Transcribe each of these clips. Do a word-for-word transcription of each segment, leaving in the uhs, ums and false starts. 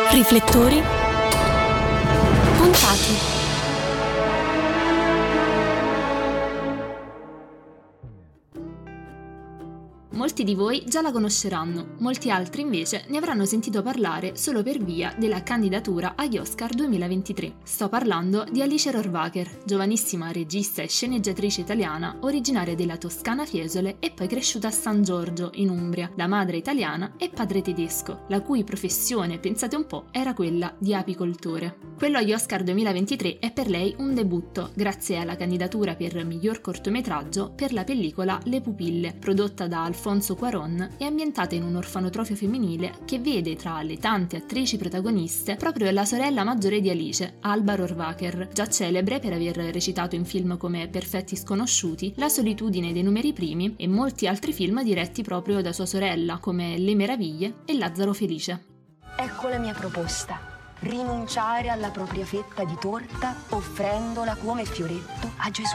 Riflettori puntati. Molti di voi già la conosceranno, molti altri invece ne avranno sentito parlare solo per via della candidatura agli Oscar duemilaventitré. Sto parlando di Alice Rohrwacher, giovanissima regista e sceneggiatrice italiana originaria della Toscana Fiesole e poi cresciuta a San Giorgio, in Umbria, da madre italiana e padre tedesco, la cui professione, pensate un po', era quella di apicoltore. Quello agli Oscar duemilaventitré è per lei un debutto, grazie alla candidatura per miglior cortometraggio per la pellicola Le pupille, prodotta da Alfonso Cuarón e ambientata in un orfanotrofio femminile che vede tra le tante attrici protagoniste proprio la sorella maggiore di Alice, Alba Rohrwacher, già celebre per aver recitato in film come Perfetti sconosciuti, La solitudine dei numeri primi e molti altri film diretti proprio da sua sorella come Le meraviglie e Lazzaro felice. Ecco la mia proposta: rinunciare alla propria fetta di torta offrendola come fioretto a Gesù.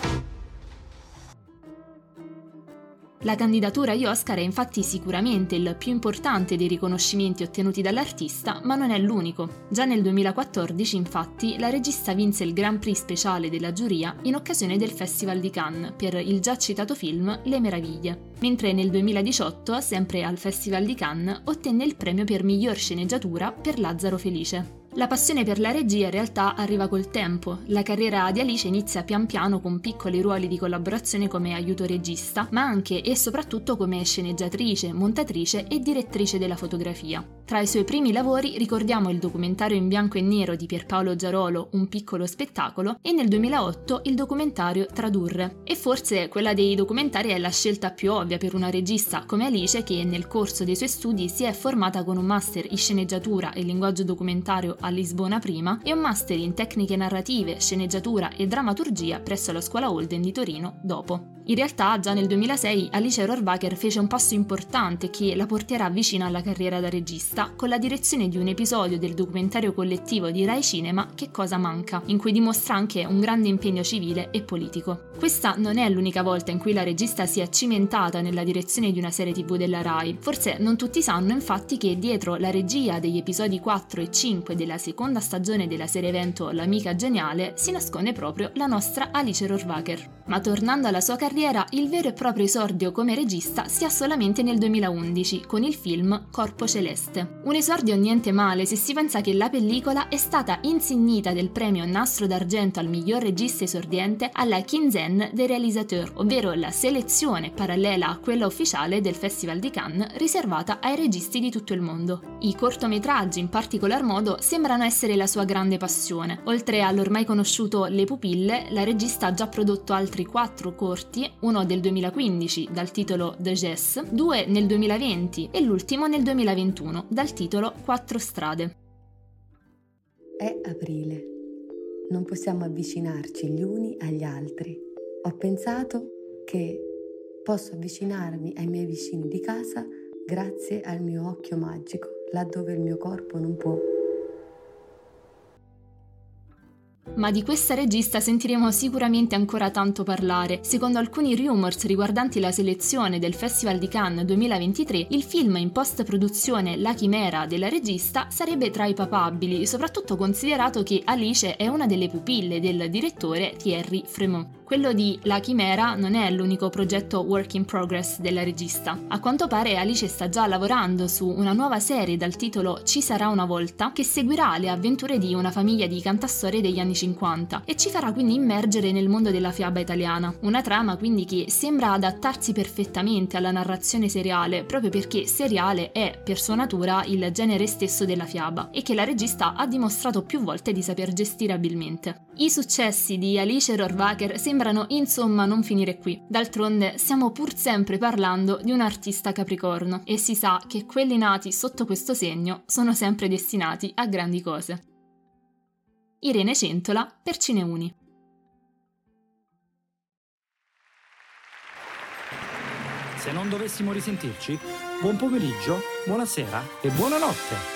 La candidatura agli Oscar è infatti sicuramente il più importante dei riconoscimenti ottenuti dall'artista, ma non è l'unico. Già nel duemilaquattordici, infatti, la regista vinse il Grand Prix speciale della giuria in occasione del Festival di Cannes per il già citato film Le meraviglie, mentre nel duemiladiciotto, sempre al Festival di Cannes, ottenne il premio per miglior sceneggiatura per Lazzaro felice. La passione per la regia in realtà arriva col tempo. La carriera di Alice inizia pian piano con piccoli ruoli di collaborazione come aiuto regista, ma anche e soprattutto come sceneggiatrice, montatrice e direttrice della fotografia. Tra i suoi primi lavori ricordiamo il documentario in bianco e nero di Pierpaolo Giarolo, Un piccolo spettacolo, e nel duemilaotto il documentario Tradurre. E forse quella dei documentari è la scelta più ovvia per una regista come Alice, che nel corso dei suoi studi si è formata con un master in sceneggiatura e linguaggio documentario a Lisbona prima e un master in tecniche narrative, sceneggiatura e drammaturgia presso la Scuola Holden di Torino dopo. In realtà già nel duemilasei Alice Rohrwacher fece un passo importante che la porterà vicino alla carriera da regista con la direzione di un episodio del documentario collettivo di Rai Cinema Che cosa manca, in cui dimostra anche un grande impegno civile e politico. Questa non è l'unica volta in cui la regista si è cimentata nella direzione di una serie tivù della Rai. Forse non tutti sanno infatti che dietro la regia degli episodi quattro e cinque della seconda stagione della serie evento L'amica geniale si nasconde proprio la nostra Alice Rohrwacher. Ma tornando alla sua carriera, il vero e proprio esordio come regista si ha solamente nel duemilaundici con il film Corpo celeste. Un esordio niente male se si pensa che la pellicola è stata insignita del premio Nastro d'Argento al miglior regista esordiente alla Quinzaine des Réalisateurs, ovvero la selezione parallela a quella ufficiale del Festival di Cannes riservata ai registi di tutto il mondo. I cortometraggi in particolar modo sembrano essere la sua grande passione. Oltre all'ormai conosciuto Le pupille, la regista ha già prodotto altri quattro corti, uno del duemilaquindici dal titolo The Jazz, due nel duemilaventi e l'ultimo nel duemilaventuno dal titolo Quattro strade. È aprile. Non possiamo avvicinarci gli uni agli altri. Ho pensato che posso avvicinarmi ai miei vicini di casa grazie al mio occhio magico, laddove il mio corpo non può. Ma di questa regista sentiremo sicuramente ancora tanto parlare. Secondo alcuni rumors riguardanti la selezione del Festival di Cannes duemilaventitré, il film in post-produzione La chimera della regista sarebbe tra i papabili, soprattutto considerato che Alice è una delle pupille del direttore Thierry Frémaux. Quello di La chimera non è l'unico progetto work in progress della regista. A quanto pare Alice sta già lavorando su una nuova serie dal titolo Ci sarà una volta, che seguirà le avventure di una famiglia di cantastorie degli anni cinquanta e ci farà quindi immergere nel mondo della fiaba italiana. Una trama quindi che sembra adattarsi perfettamente alla narrazione seriale, proprio perché seriale è per sua natura il genere stesso della fiaba e che la regista ha dimostrato più volte di saper gestire abilmente. I successi di Alice Rohrwacher sembrano insomma non finire qui. D'altronde stiamo pur sempre parlando di un artista capricorno e si sa che quelli nati sotto questo segno sono sempre destinati a grandi cose. Irene Centola per Cineuni. Se non dovessimo risentirci, buon pomeriggio, buonasera e buonanotte!